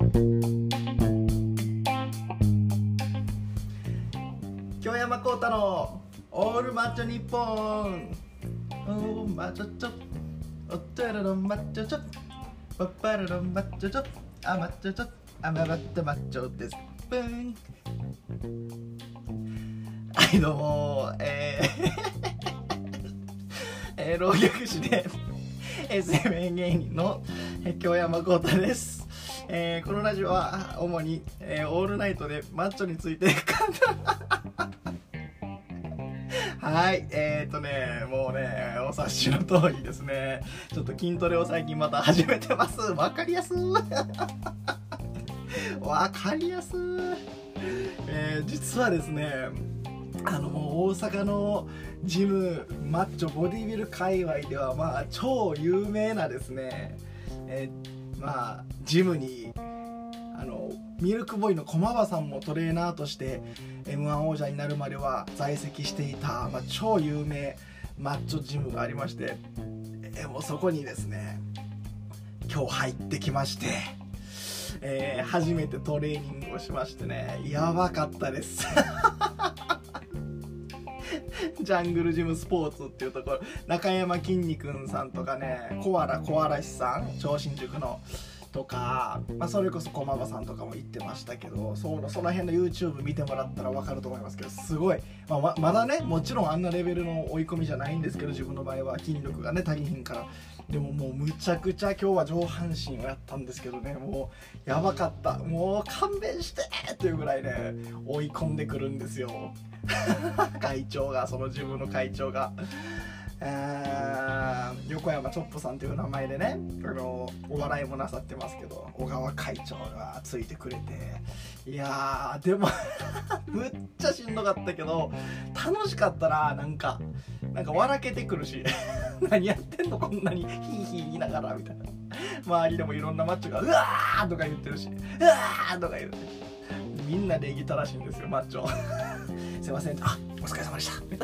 京山幸太のオールマッチョニッポン。オーマッチョチョおったらのマッチョチョパッパラのマッチョチョあマッチョチョあまばったマッチョですプン。はいどうも浪曲師で SMA 芸人の京山幸太です。このラジオは主に、オールナイトでマッチョについてはいもうねお察しの通りですね、ちょっと筋トレを最近また始めてます。わかりやすわかりやす実はですねもう大阪のジムマッチョボディビル界隈ではまあ超有名なですね、ジムにミルクボーイの駒場さんもトレーナーとして M1 王者になるまでは在籍していた、超有名マッチョジムがありまして、もうそこにですね今日入ってきまして、初めてトレーニングをしましてね、やばかったですジャングルジムスポーツっていうところ、中山きんに君さんとかね、コアラシさん超新塾のとか、それこそ駒場さんとかも言ってましたけど、その辺の YouTube 見てもらったら分かると思いますけど、すごい、まだねもちろんあんなレベルの追い込みじゃないんですけど、自分の場合は筋力がね足りひんから。でももうむちゃくちゃ今日は上半身をやったんですけどね、もうやばかった。もう勘弁してっていうぐらいね追い込んでくるんですよ会長が、その自分の会長が横山チョップさんという名前でねお笑いもなさってますけど、小川会長がついてくれて、いやーでもむっちゃしんどかったけど楽しかったな。なんか笑けてくるし何やってんのこんなにヒーヒー言いながらみたいな。周りでもいろんなマッチョがうわーとか言ってるし、うわーとか言うてみんな礼儀正しいんですよマッチョすいません、あお疲れ様でしたみたい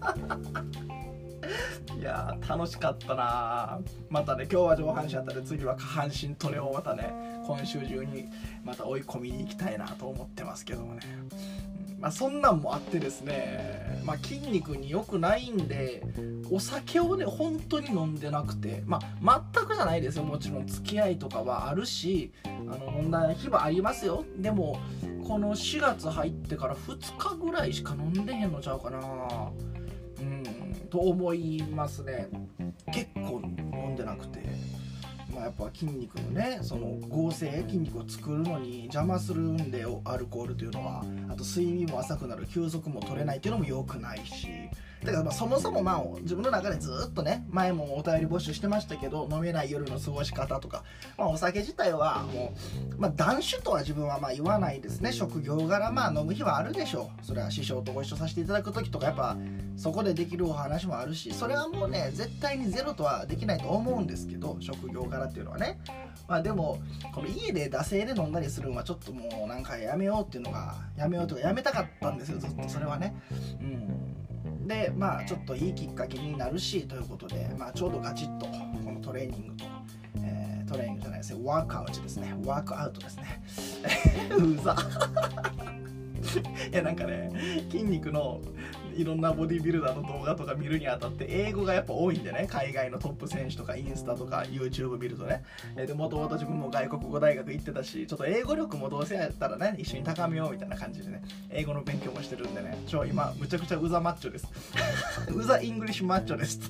ないやー楽しかったな。またね今日は上半身やったら次は下半身トレをまたね今週中にまた追い込みに行きたいなと思ってますけどもね、そんなんもあってですね、筋肉に良くないんでお酒をね本当に飲んでなくて、全くじゃないですよ、もちろん付き合いとかはあるし飲んだ日はありますよ。でもこの4月入ってから2日ぐらいしか飲んでへんのちゃうかなと思いますね。結構飲んでなくて、やっぱ筋肉のねその合成筋肉を作るのに邪魔するんでアルコールというのは、あと睡眠も浅くなる、休息も取れないっていうのも良くないし、だからそもそも自分の中でずっとね前もお便り募集してましたけど、飲めない夜の過ごし方とか、お酒自体はもう、断酒とは自分は言わないですね。職業柄飲む日はあるでしょう。それは師匠とご一緒させていただく時とかやっぱそこでできるお話もあるし、それはもうね絶対にゼロとはできないと思うんですけど、職業柄っていうのはね。でもこの家で惰性で飲んだりするのはちょっともうなんかやめようとかやめたかったんですよ、ずっとそれはね。でちょっといいきっかけになるしということで、ちょうどガチッとこのトレーニングと、トレーニングじゃないですね、ワークアウトですね、ワークアウトですねうざいやなんかね筋肉のいろんなボディビルダーの動画とか見るにあたって英語がやっぱ多いんでね、海外のトップ選手とかインスタとか YouTube 見るとね、でもともと自分も外国語大学行ってたし、ちょっと英語力もどうせやったらね一緒に高めようみたいな感じでね英語の勉強もしてるんでね、今むちゃくちゃウザマッチョですウザイングリッシュマッチョです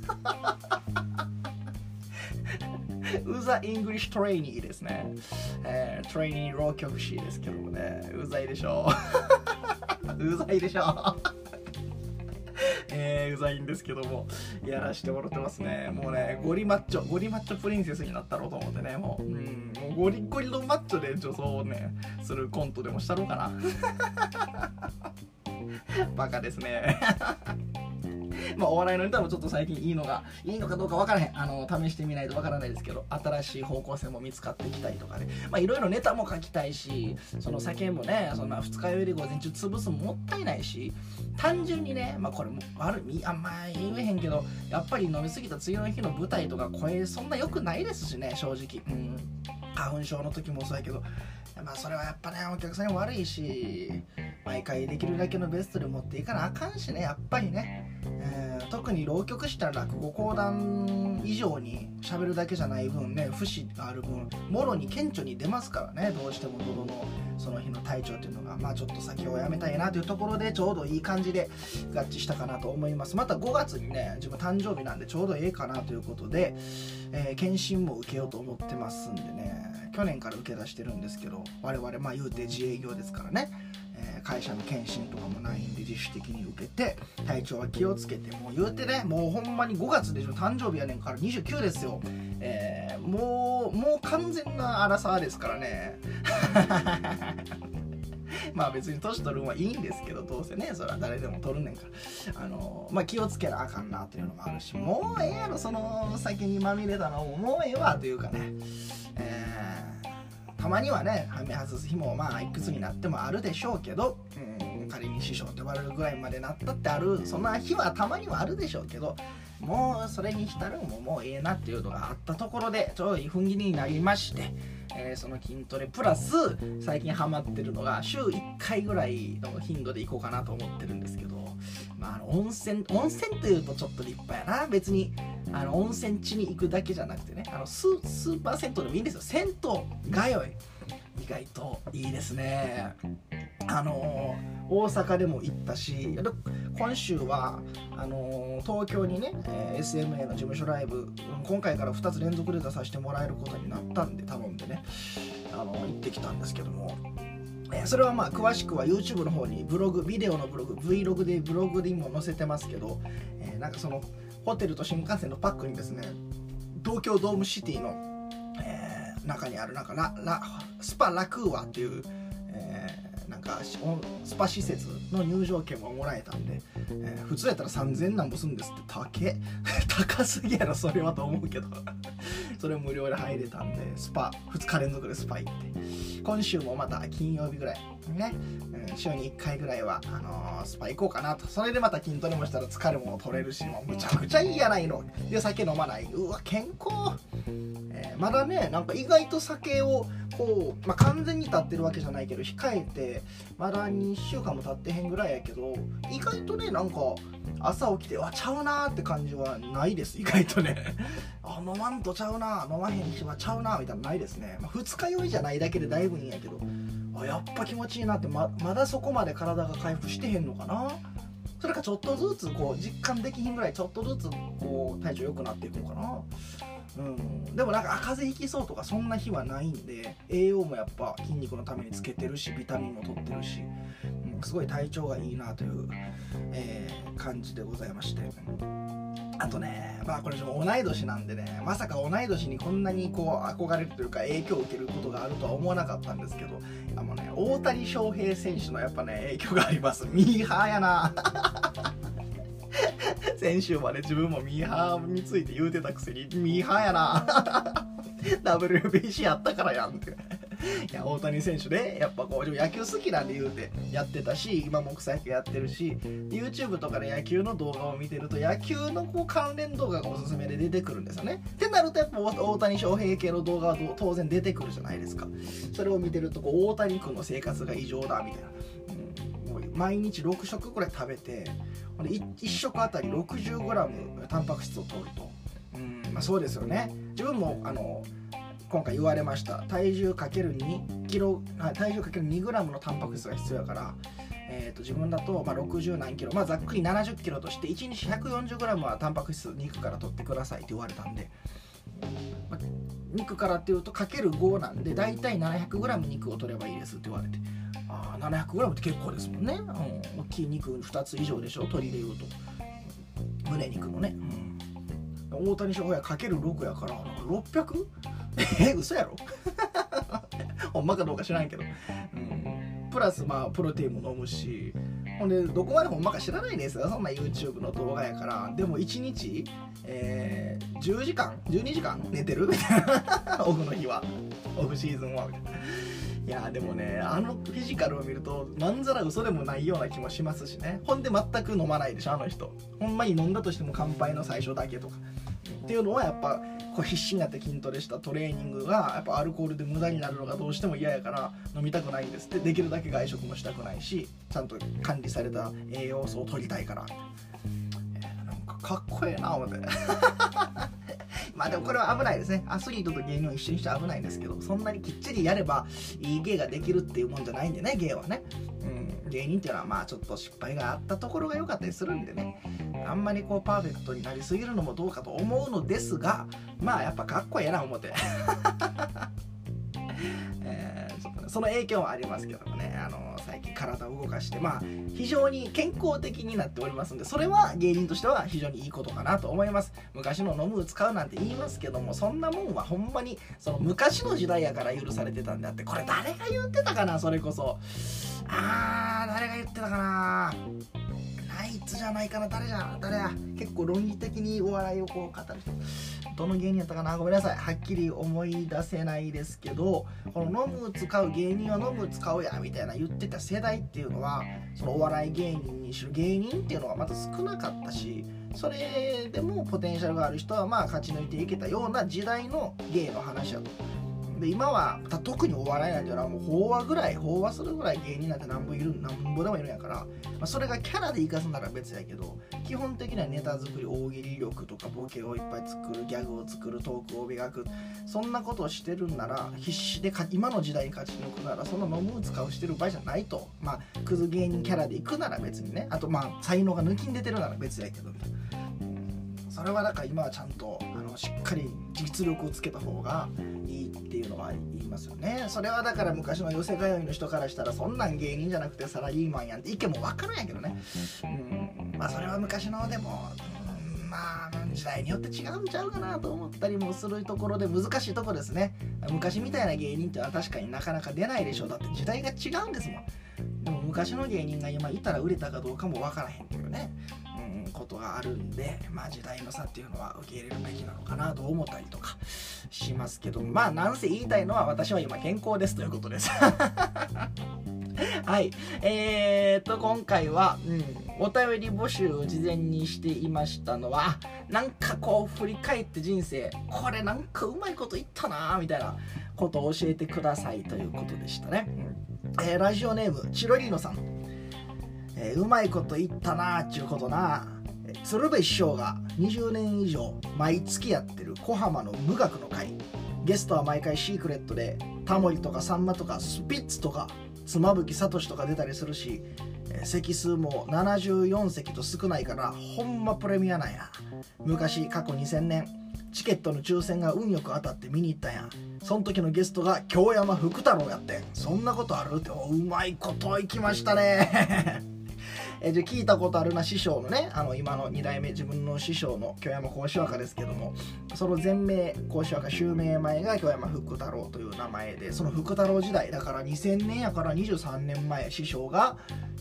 ウザイングリッシュトレーニーですね、トレーニー浪曲師ですけどもね、うざいでしょうざいでしょうざいんですけどもやらしてもらってますね。もうねゴリマッチョプリンセスになったろうと思ってね、もうゴリゴリのマッチョで女装をねするコントでもしたろうかなバカですねお笑いのネタもちょっと最近いいのかどうか分からへん、試してみないと分からないですけど、新しい方向性も見つかっていきたいとかね、いろいろネタも書きたいし、その酒もねそんな二日酔いで午前中潰すのもったいないし、単純にねこれもあんま言えへんけど、やっぱり飲みすぎた次の日の舞台とか声そんな良くないですしね、正直。 花粉症の時もそうやけど、まあそれはやっぱねお客さんに悪いし、毎回できるだけのベストで持っていかなあかんしね、やっぱりね、特に浪曲した落語講談以上に喋るだけじゃない分ね、節がある分もろに顕著に出ますからね、どうしても喉のその日の体調っていうのが、まあちょっと先をやめたいなというところでちょうどいい感じで合致したかなと思います。また5月にね自分誕生日なんでちょうどええかなということで、検診も受けようと思ってますんでね、去年から受け出してるんですけど、我々まあ言うて自営業ですからね、会社の検診とかもないんで自主的に受けて体調は気をつけて、もう言うてね、もうほんまに5月でしょ、誕生日やねんから29ですよ、もう完全なアラサーですからねまあ別に年取るのはいいんですけど、どうせねそれは誰でも取るねんから、まあ気をつけなあかんなというのもあるし、もうええやろその酒にまみれたのもうええわというかね、たまにはねはめ外す日もまあいくつになってもあるでしょうけど、仮に師匠って呼ばれるぐらいまでなったってある、そんな日はたまにはあるでしょうけど、もうそれに浸るのももうええなっていうのがあったところでちょうどいい踏ん切りになりまして、その筋トレプラス最近ハマってるのが週1回ぐらいの頻度で行こうかなと思ってるんですけど、まあ、温泉というとちょっと立派やな、別に温泉地に行くだけじゃなくてね、スーパー銭湯でもいいんですよ、銭湯通い意外といいですね。大阪でも行ったし、今週は東京にね、SMA の事務所ライブ今回から2つ連続で出させてもらえることになったんで頼んでね行ってきたんですけども、それはまあ詳しくは YouTube の方にビデオのブログ Vlog でブログでも載せてますけど、なんかそのホテルと新幹線のパックにですね、東京ドームシティの、中にあるなんかスパラクーアっていうなんかスパ施設の入場券ももらえたんで、普通やったら3000何ぼするんですって高すぎやろそれはと思うけどそれ無料で入れたんで、スパ2日連続でスパ行って、今週もまた金曜日ぐらいね、週に1回ぐらいはスパ行こうかなと。それでまた筋トレもしたら疲れも取れるし、もうむちゃくちゃいいやないので、酒飲まない、うわ健康、まだねなんか意外と酒をこう、まあ、完全に経ってるわけじゃないけど控えてまだ2週間も経ってへんぐらいやけど、意外とねなんか朝起きてちゃうなーって感じはないです。意外とね飲まんとちゃうな、飲まへん日はちゃうなみたいなのないですね。二日酔いじゃないだけでだいぶいいんやけど、やっぱ気持ちいいなって、まだそこまで体が回復してへんのかな。それかちょっとずつこう実感できひんぐらいちょっとずつこう体調良くなっていくのかな。でもなんか風邪ひきそうとかそんな日はないんで、栄養もやっぱ筋肉のためにつけてるしビタミンも取ってるし、すごい体調がいいなという、感じでございまして、あとねまあこれ同い年なんでね、まさか同い年にこんなにこう憧れるというか影響を受けることがあるとは思わなかったんですけど、大谷翔平選手のやっぱね影響があります。ミーハーやな先週まで自分もミーハーについて言うてたくせにミーハーやなWBC やったからやんっていや大谷選手ね、やっぱこう野球好きなんで言うてやってたし、今も草野球やってるし、 YouTube とかで野球の動画を見てると野球のこう関連動画がおすすめで出てくるんですよね。ってなるとやっぱ大谷翔平系の動画は当然出てくるじゃないですか。それを見てるとこう大谷君の生活が異常だみたいな、もう毎日6食くらい食べて 1食あたり 60g タンパク質を取ると、まあそうですよね。自分も今回言われました。体重 ×2 キロ、体重 ×2g のタンパク質が必要やから、自分だと60何キロ、ざっくり70キロとして1日 140g はタンパク質肉から取ってくださいって言われたんで、肉からっていうと ×5 なんでだいたい 700g 肉を取ればいいですって言われて、700g って結構ですもんね。大きい肉2つ以上でしょ、鶏でいうと胸肉のね、大谷翔平 ×6 やから600？嘘やろほんまかどうか知らんけど、プラスプロテインも飲むし、ほんでどこまでほんまか知らないですよ、そんな YouTube の動画やから。でも1日、10時間12時間寝てるみたいなオフの日は、オフシーズンはみたいな。いやでもねフィジカルを見るとまんざら嘘でもないような気もしますしね。ほんで全く飲まないでしょあの人。ほんまに飲んだとしても乾杯の最初だけとかってっていうのはやっぱこう必死になって筋トレしたトレーニングがやっぱアルコールで無駄になるのがどうしても嫌やから飲みたくないんですって。できるだけ外食もしたくないし、ちゃんと管理された栄養素を取りたいから、なんかかっこええな思ってまあでもこれは危ないですね。アスリートと芸人を一緒にして危ないんですけど、そんなにきっちりやればいい芸ができるっていうもんじゃないんでね、芸はね。芸人っていうのはまあちょっと失敗があったところが良かったりするんでね、あんまりこうパーフェクトになりすぎるのもどうかと思うのですが、まあやっぱかっこええな思ってちょっとね、その影響はありますけどもね、最近体を動かしてまあ非常に健康的になっておりますんで、それは芸人としては非常にいいことかなと思います。昔の飲む使うなんて言いますけども、そんなもんはほんまにその昔の時代やから許されてたんであって、これ誰が言ってたかな、それこそ誰が言ってたかな、ナイツじゃないかな、誰や結構論理的にお笑いをこう語る人、どの芸人やったかな、ごめんなさい、はっきり思い出せないですけど、この飲む使う芸人は飲む使うやみたいな言ってた世代っていうのは、そのお笑い芸人にしろ芸人っていうのはまた少なかったし、それでもポテンシャルがある人はまあ勝ち抜いていけたような時代の芸の話だと。で今は特にお笑いなんていうのはもう飽和するぐらい芸人なんてなんぼでもいるんやから、まあ、それがキャラで生かすなら別やけど、基本的にはネタ作り、大喜利力とかボケをいっぱい作る、ギャグを作る、トークを磨く、そんなことをしてるんなら必死で今の時代に勝ち抜くなら、そんな飲む使うしてる場合じゃないと。まあクズ芸人キャラで行くなら別にね、あとまあ才能が抜きに出てるなら別やけどみたいな。それはだから今はちゃんとしっかり実力をつけた方がいいっていうのは言いますよね。それはだから昔の寄せ通いの人からしたら、そんなん芸人じゃなくてサラリーマンやんって意見も分かるんやけどね。まあそれは昔のでもまあ時代によって違うんちゃうかなと思ったりもするところで、難しいところですね。昔みたいな芸人ってのは確かになかなか出ないでしょう。だって時代が違うんですもん。でも昔の芸人が今いたら売れたかどうかも分からへんっていうね、ことがあるんで、まあ時代の差っていうのは受け入れるべきなのかなと思ったりとかしますけど、まあなんせ言いたいのは私は今健康ですということですはい、今回は、お便り募集を事前にしていましたのは、なんかこう振り返って人生これなんかうまいこと言ったなみたいなことを教えてくださいということでしたね。ラジオネームチロリーノさん、うまいこと言ったなーっちゅうことな。鶴瓶師匠が20年以上毎月やってる小浜の無学の会、ゲストは毎回シークレットでタモリとかさんまとかスピッツとか妻夫木聡とか出たりするし、席数も74席と少ないからほんまプレミアなんや。昔過去2000年チケットの抽選が運よく当たって見に行ったんや。その時のゲストが京山福太郎やってん。そんなことあるって、うまいこといきましたねじゃ聞いたことあるな、師匠のね、今の2代目自分の師匠の京山幸四若ですけども、その前名幸四若襲名前が京山福太郎という名前で、その福太郎時代だから2000年やから23年前、師匠が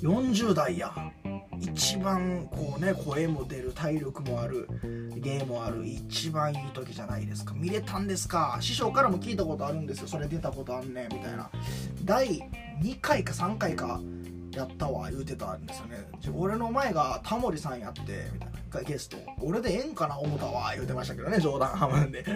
40代や。一番こうね、声も出る、体力もある、芸もある、一番いい時じゃないですか。見れたんですか。師匠からも聞いたことあるんですよ。それ出たことあんねんみたいな。第2回か3回かやったわ言うてたんですよね。俺の前がタモリさんやってみたいなゲスト、俺でええんかな思ったわ言うてましたけどね、冗談半分で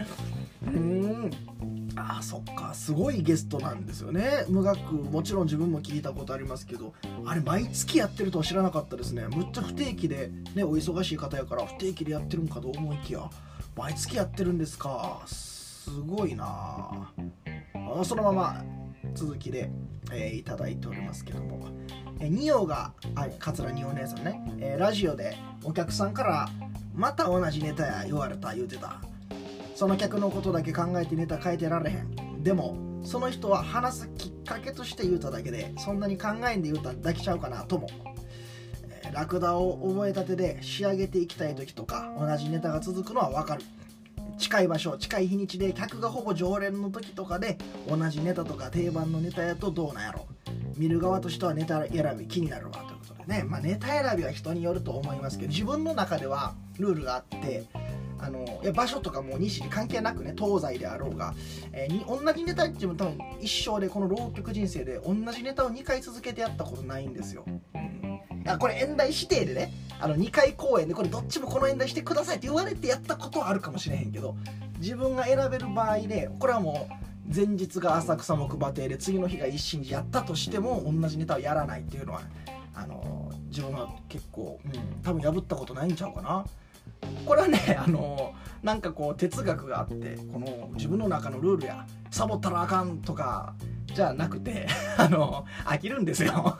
そっか、すごいゲストなんですよね。無学、もちろん自分も聞いたことありますけど、あれ毎月やってるとは知らなかったですね。むっちゃ不定期でね、お忙しい方やから不定期でやってるんかと思いきや毎月やってるんですか。すごいな。そのまま続きで、いただいておりますけども、ニオが桂二葉姉さんね、ラジオでお客さんからまた同じネタや言われた言うてた。その客のことだけ考えてネタ書いてられへん。でもその人は話すきっかけとして言うただけで、そんなに考えんで言うただけちゃうかなとも。ラクダを覚えたてで仕上げていきたい時とか同じネタが続くのはわかる。近い場所、近い日にちで客がほぼ常連の時とかで同じネタとか定番のネタやとどうなんやろ。見る側としてはネタ選び気になるわということでね。まあネタ選びは人によると思いますけど、自分の中ではルールがあって、場所とかも西に関係なくね、東西であろうが、同じネタっていうの多分一生でこの浪曲人生で同じネタを2回続けてやったことないんですよ。これ演題指定でね、 2回公演でこれどっちもこの演題してくださいって言われてやったことはあるかもしれへんけど、自分が選べる場合でこれはもう前日が浅草木馬亭で次の日が一心寺やったとしても同じネタをやらないっていうのは自分は結構、多分破ったことないんちゃうかな。これはねなんかこう哲学があって、この自分の中のルールやサボったらあかんとかじゃなくて飽きるんですよ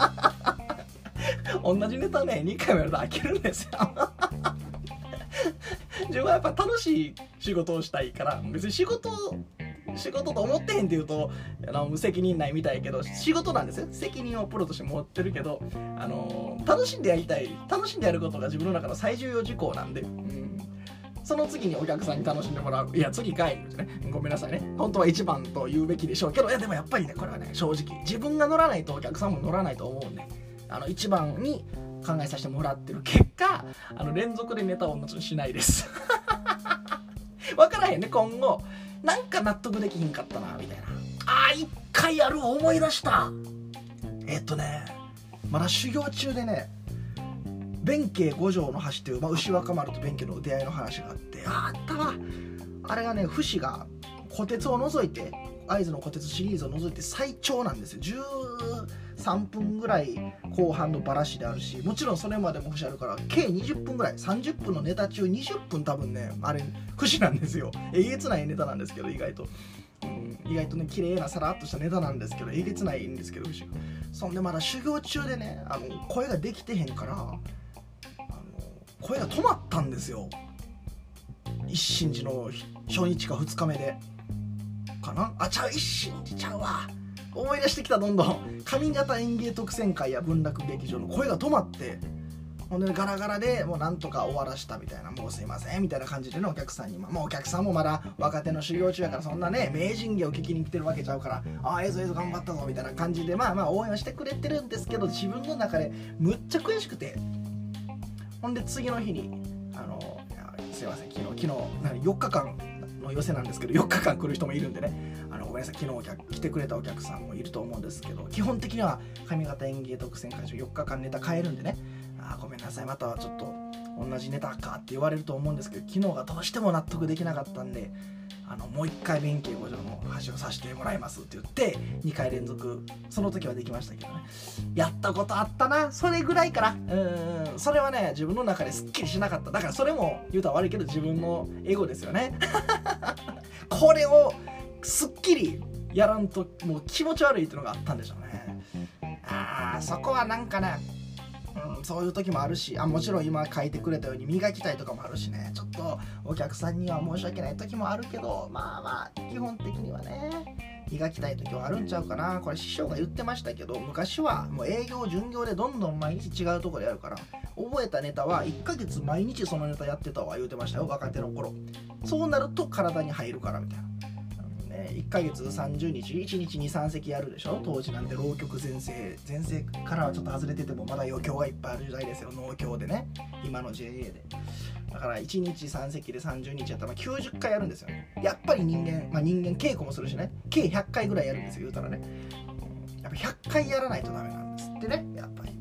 同じネタね2回もやると飽きるんですよ自分はやっぱ楽しい仕事をしたいから、別に仕事と思ってへんって言うと無責任ないみたいけど、仕事なんですよ。責任をプロとして持ってるけど、楽しんでやりたい、楽しんでやることが自分の中の最重要事項なんで、その次にお客さんに楽しんでもらう、いや次かいですね、ごめんなさいね、本当は一番と言うべきでしょうけど、いやでもやっぱりね、これはね正直自分が乗らないとお客さんも乗らないと思うんで、一番に考えさせてもらってる結果、連続でネタを同じにしないです分からへんね、今後なんか納得できひんかったなみたいな、一回やる思い出した。まだ修行中でね、弁慶五条の橋という、牛若丸と弁慶の出会いの話があって、あったわ。あれがね、節が虎鉄を除いて、会津の虎鉄シリーズを除いて最長なんですよ。13分ぐらい後半のバラシであるし、もちろんそれまでも節あるから計20分ぐらい、30分のネタ中20分多分ね、あれ節なんですよ。えげつないネタなんですけど、意外とね綺麗なさらっとしたネタなんですけど、えげつないんですけど、節がそんでまだ修行中でね、声ができてへんから声が止まったんですよ。一心寺の初日か2日目でかな、一心寺ちゃうわ、思い出してきた。どんどん上方演芸特選会や文楽劇場の声が止まって、ほんでガラガラでもうなんとか終わらしたみたいな、もうすいませんみたいな感じでね、お客さんに、お客さんもまだ若手の修行中やから、そんなね名人芸を聞きに来てるわけちゃうから、ええぞええぞ頑張ったぞみたいな感じで応援はしてくれてるんですけど、自分の中でむっちゃ悔しくて、ほんで次の日にすいません、昨日4日間の寄せなんですけど、4日間来る人もいるんでね、ごめんなさい、昨日来てくれたお客さんもいると思うんですけど、基本的には上方演芸特選会場4日間ネタ変えるんでね、ごめんなさい、またはちょっと同じネタかって言われると思うんですけど、昨日がどうしても納得できなかったんで、もう1回弁慶五条の橋をさせてもらいますって言って2回連続、その時はできましたけどね、やったことあったな、それぐらいかな。それはね自分の中ですっきりしなかった。だからそれも言うたら悪いけど自分のエゴですよねこれをすっきりやらんともう気持ち悪いっていうのがあったんでしょうね。そこはなんかね、そういう時もあるし、もちろん今書いてくれたように磨きたいとかもあるしね、ちょっとお客さんには申し訳ない時もあるけど、基本的にはね磨きたい時はあるんちゃうかな。これ師匠が言ってましたけど、昔はもう営業巡業でどんどん毎日違うところでやるから、覚えたネタは1ヶ月毎日そのネタやってたわ言うてましたよ、若手の頃。そうなると体に入るからみたいな。1ヶ月30日1日 2,3 席やるでしょ。当時なんて浪曲全盛からはちょっと外れててもまだ余興がいっぱいある時代ですよ、農協でね、今の JA で。だから1日3席で30日やったら90回やるんですよね。やっぱり人間稽古もするしね、計100回ぐらいやるんですよ、言うたらね。やっぱ100回やらないとダメなんですってね、やっぱり。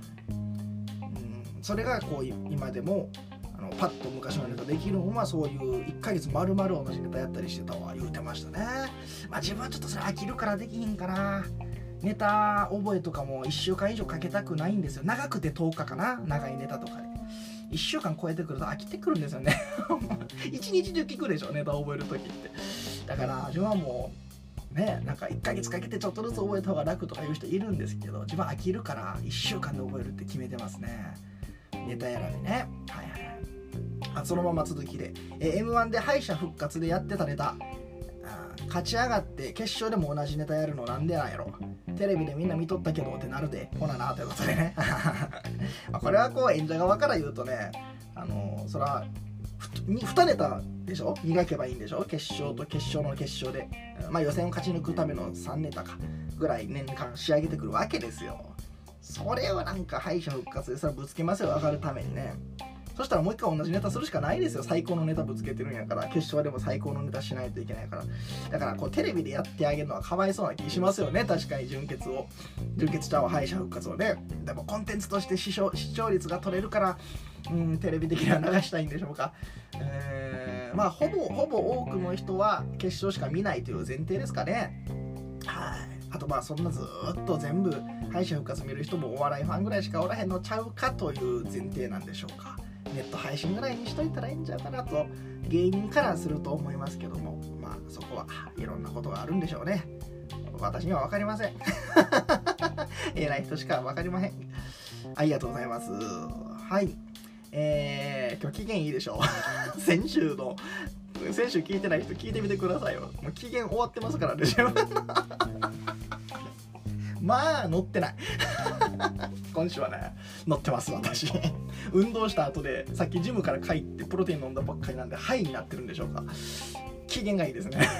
それがこう今でもパッと昔のネタできるのは、そういう1ヶ月丸々同じネタやったりしてたわ言うてましたね。自分はちょっとそれ飽きるからできひんかな。ネタ覚えとかも1週間以上かけたくないんですよ。長くて10日かな、長いネタとかで1週間超えてくると飽きてくるんですよね1日中聞くでしょ、ネタ覚える時って。だから自分はもうね、なんか1ヶ月かけてちょっとずつ覚えた方が楽とか言う人いるんですけど、自分は飽きるから1週間で覚えるって決めてますね、ネタやらでね。そのまま続きで、M1 で敗者復活でやってたネタ、勝ち上がって決勝でも同じネタやるのなんでなんやろ、テレビでみんな見とったけどってなるで、ほななということでねこれはこう演者側から言うとね、そら2ネタでしょ、磨けばいいんでしょ、決勝と決勝の決勝で、予選を勝ち抜くための3ネタかぐらい年間仕上げてくるわけですよ。それをなんか敗者復活でそれぶつけますよ、上がるためにね。 そしたらもう一回同じネタするしかないですよ。最高のネタぶつけてるんやから、決勝でも最高のネタしないといけないから。だからこうテレビでやってあげるのはかわいそうな気しますよね。確かに純潔ちゃんは敗者復活をね。でもコンテンツとして視聴率が取れるから、テレビ的には流したいんでしょうか。まあほぼ多くの人は決勝しか見ないという前提ですかね。はい。あとまあそんなずっと全部敗者復活見る人もお笑いファンぐらいしかおらへんのちゃうかという前提なんでしょうか。ネット配信ぐらいにしといたらいいんちゃうかなと芸人からすると思いますけども、まあそこはいろんなことがあるんでしょうね。私には分かりません。偉い人しか分かりません。ありがとうございます。はい。今日機嫌いいでしょ。先週聞いてない人聞いてみてくださいよ。もう機嫌終わってますからね。まあ乗ってない今週はね乗ってます私。運動した後でさっきジムから帰ってプロテイン飲んだばっかりなんでハイになってるんでしょうか。機嫌がいいですね。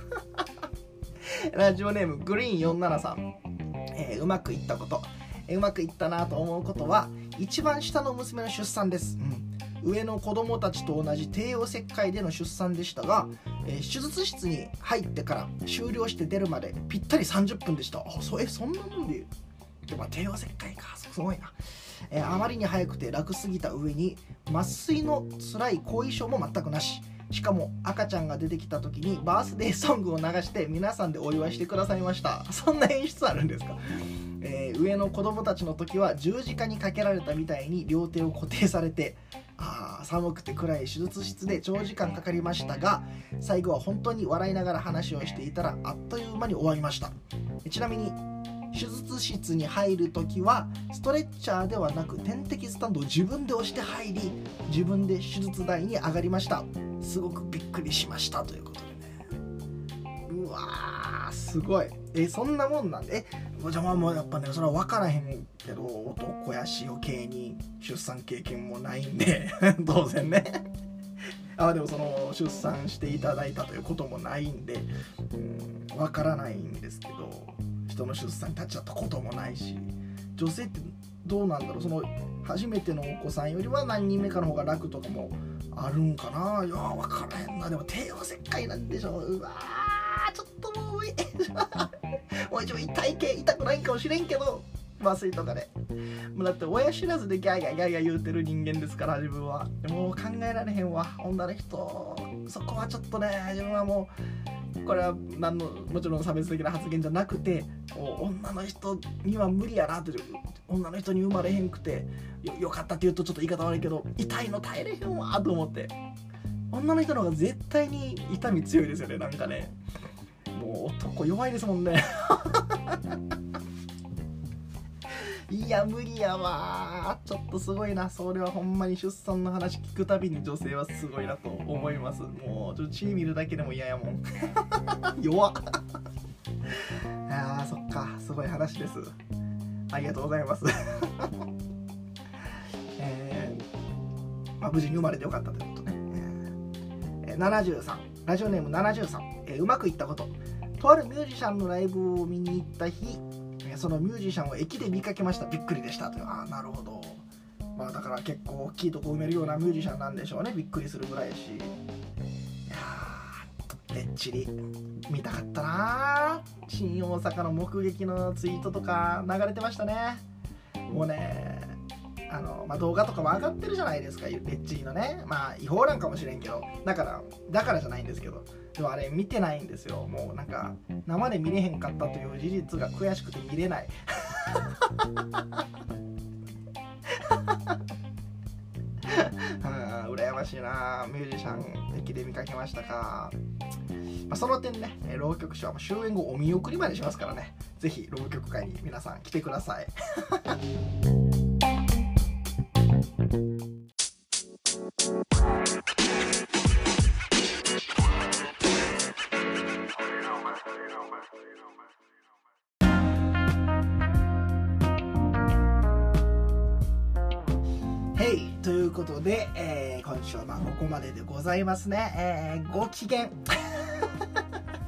ラジオネームグリーン47さん、うまくいったこと、うまくいったなと思うことは一番下の娘の出産です、上の子供たちと同じ帝王切開での出産でしたが、手術室に入ってから終了して出るまでぴったり30分でした。そんなもんで帝王切開か、すごいな。あまりに早くて楽すぎた上に麻酔の辛い後遺症も全くなし、しかも赤ちゃんが出てきた時にバースデーソングを流して皆さんでお祝いしてくださいました。そんな演出あるんですか。上の子供たちの時は十字架にかけられたみたいに両手を固定されて、寒くて暗い手術室で長時間かかりましたが、最後は本当に笑いながら話をしていたらあっという間に終わりました。ちなみに手術室に入るときはストレッチャーではなく点滴スタンドを自分で押して入り、自分で手術台に上がりました。すごくびっくりしましたということでね。うわーすごい。そんなもんなんで、じゃあもうやっぱねそれは分からへんけど、男やし余計に出産経験もないんで当然ねでもその出産していただいたということもないんで、分からないんですけど、人の出産に立ち会ったこともないし、女性ってどうなんだろう、その初めてのお子さんよりは何人目かの方が楽とかもあるんかな。いや分からへんな。でも帝王切開なんでしょ。うわーちょっともうもう一応痛くないかもしれんけど、麻酔とかでもうだって親知らずでギャーギャー言うてる人間ですから、自分はもう考えられへんわ。女の人そこはちょっとね、自分はもうこれはもちろん差別的な発言じゃなくて、女の人には無理やなって、女の人に生まれへんくて よかったって言うとちょっと言い方悪いけど、痛いの耐えれへんわと思って。女の人の方が絶対に痛み強いですよね。なんかね、もう男弱いですもんねいや無理やわ。ちょっとすごいな。それはほんまに出産の話聞くたびに女性はすごいなと思います。もうちょっと血見るだけでも嫌やもん弱っそっか、すごい話です。ありがとうございます無事に生まれてよかったということね。73、ラジオネーム73、うまくいったこと。とあるミュージシャンのライブを見に行った日、そのミュージシャンを駅で見かけました。びっくりでしたという。なるほど。だから結構大きいとこ埋めるようなミュージシャンなんでしょうね。びっくりするぐらいやし。いやレッチリ見たかったな。新大阪の目撃のツイートとか流れてましたね。もうね、動画とかも上がってるじゃないですか、レッチリのね。違法なんかもしれんけど、だからじゃないんですけど、でもあれ見てないんですよ。もうなんか生で見れへんかったという事実が悔しくて見れない羨ましいな。ミュージシャン駅で見かけましたか。その点ね、浪曲師は終演後お見送りまでしますからね。ぜひ浪曲会に皆さん来てくださいということで、今週はここまででございますね。ご機嫌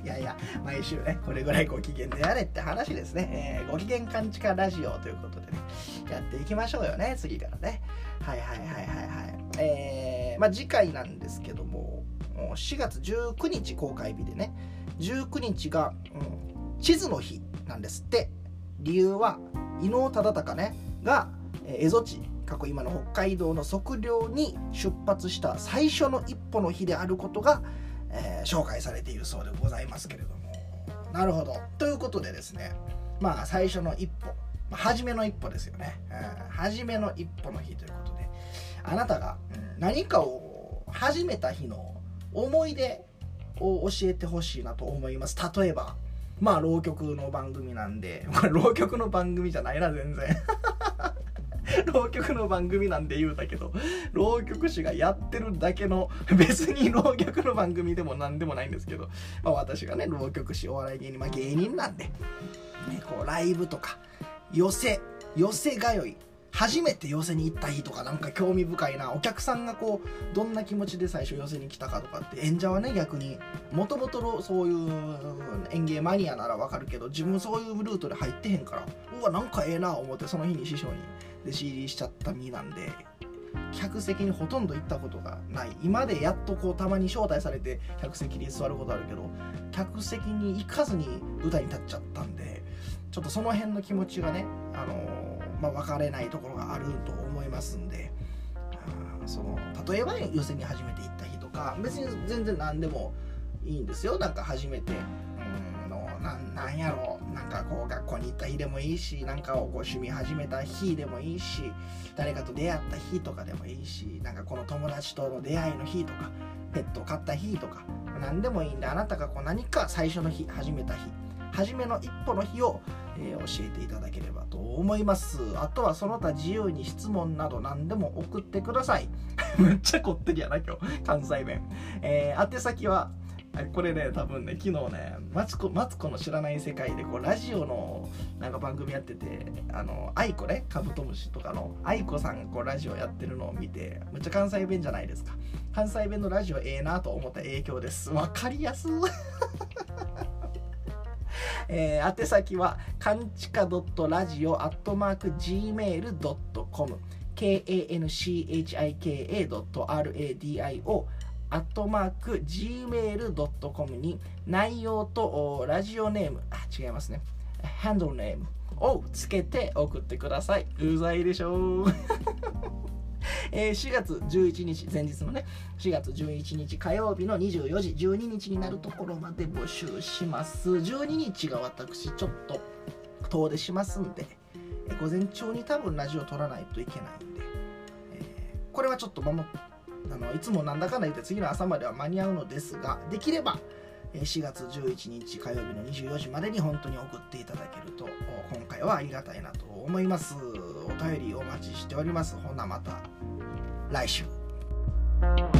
いやいや、毎週ねこれぐらいご機嫌でやれって話ですね。ご機嫌勘違いラジオということでね、やっていきましょうよね、次からね。はいはいはいはいはい。次回なんですけども、4月19日公開日でね、19日が、地図の日なんですって。理由は伊能忠敬ねが蝦夷地、過去今の北海道の測量に出発した最初の一歩の日であることが、紹介されているそうでございますけれども、なるほど。ということでですね、最初の一歩、初めの一歩ですよね。初めの一歩の日ということで、あなたが、何かを始めた日の思い出を教えてほしいなと思います。例えば浪曲の番組なんで、これ浪曲の番組じゃないな全然浪曲の番組なんで言うたけど、浪曲師がやってるだけの、別に浪曲の番組でも何でもないんですけど、私がね浪曲師、お笑い芸人、芸人なんで、ね、こうライブとか寄せ通い、初めて寄せに行った日とか、なんか興味深いな。お客さんがこうどんな気持ちで最初寄せに来たかとかって、演者はね逆にもともとのそういう演芸マニアならわかるけど、自分そういうルートで入ってへんから、うわなんかええな思って、その日に師匠に弟子入りしちゃった身なんで、客席にほとんど行ったことがない。今でやっとこうたまに招待されて客席に座ることあるけど、客席に行かずに舞台に立っちゃったんで、ちょっとその辺の気持ちがね、分かれないところがあると思いますんで、例えば寄席に初めて行った日とか、別に全然何でもいいんですよ。なんか初めてなんやろう、なんかこう学校に行った日でもいいし、なんかをこう趣味始めた日でもいいし、誰かと出会った日とかでもいいし、なんかこの友達との出会いの日とか、ペットを飼った日とか、何でもいいんで、あなたがこう何か最初の日、始めた日、初めの一歩の日を、教えていただければと思います。あとはその他自由に質問など何でも送ってくださいめっちゃこってりやな今日関西弁。宛先はこれね、多分ね、昨日ね、マツコの知らない世界でこうラジオのなんか番組やってて、愛子ね、カブトムシとかの愛子さんがこうラジオやってるのを見て、めっちゃ関西弁じゃないですか。関西弁のラジオええなと思った影響です。わかりやす宛先はかんちか.radio@gmail.com kanchika.radio@gmail.com に内容とラジオネーム、違いますね、ハンドルネームをつけて送ってください。うざいでしょ4月11日、前日のね、4月11日火曜日の24時、12日になるところまで募集します。12日が私ちょっと遠出しますんで、午前中に多分ラジオ撮らないといけないんで、これはちょっといつもなんだかんだ言って次の朝までは間に合うのですが、できれば4月11日火曜日の24時までに本当に送っていただけると今回はありがたいなと思います。お便りお待ちしております。ほなまた来週。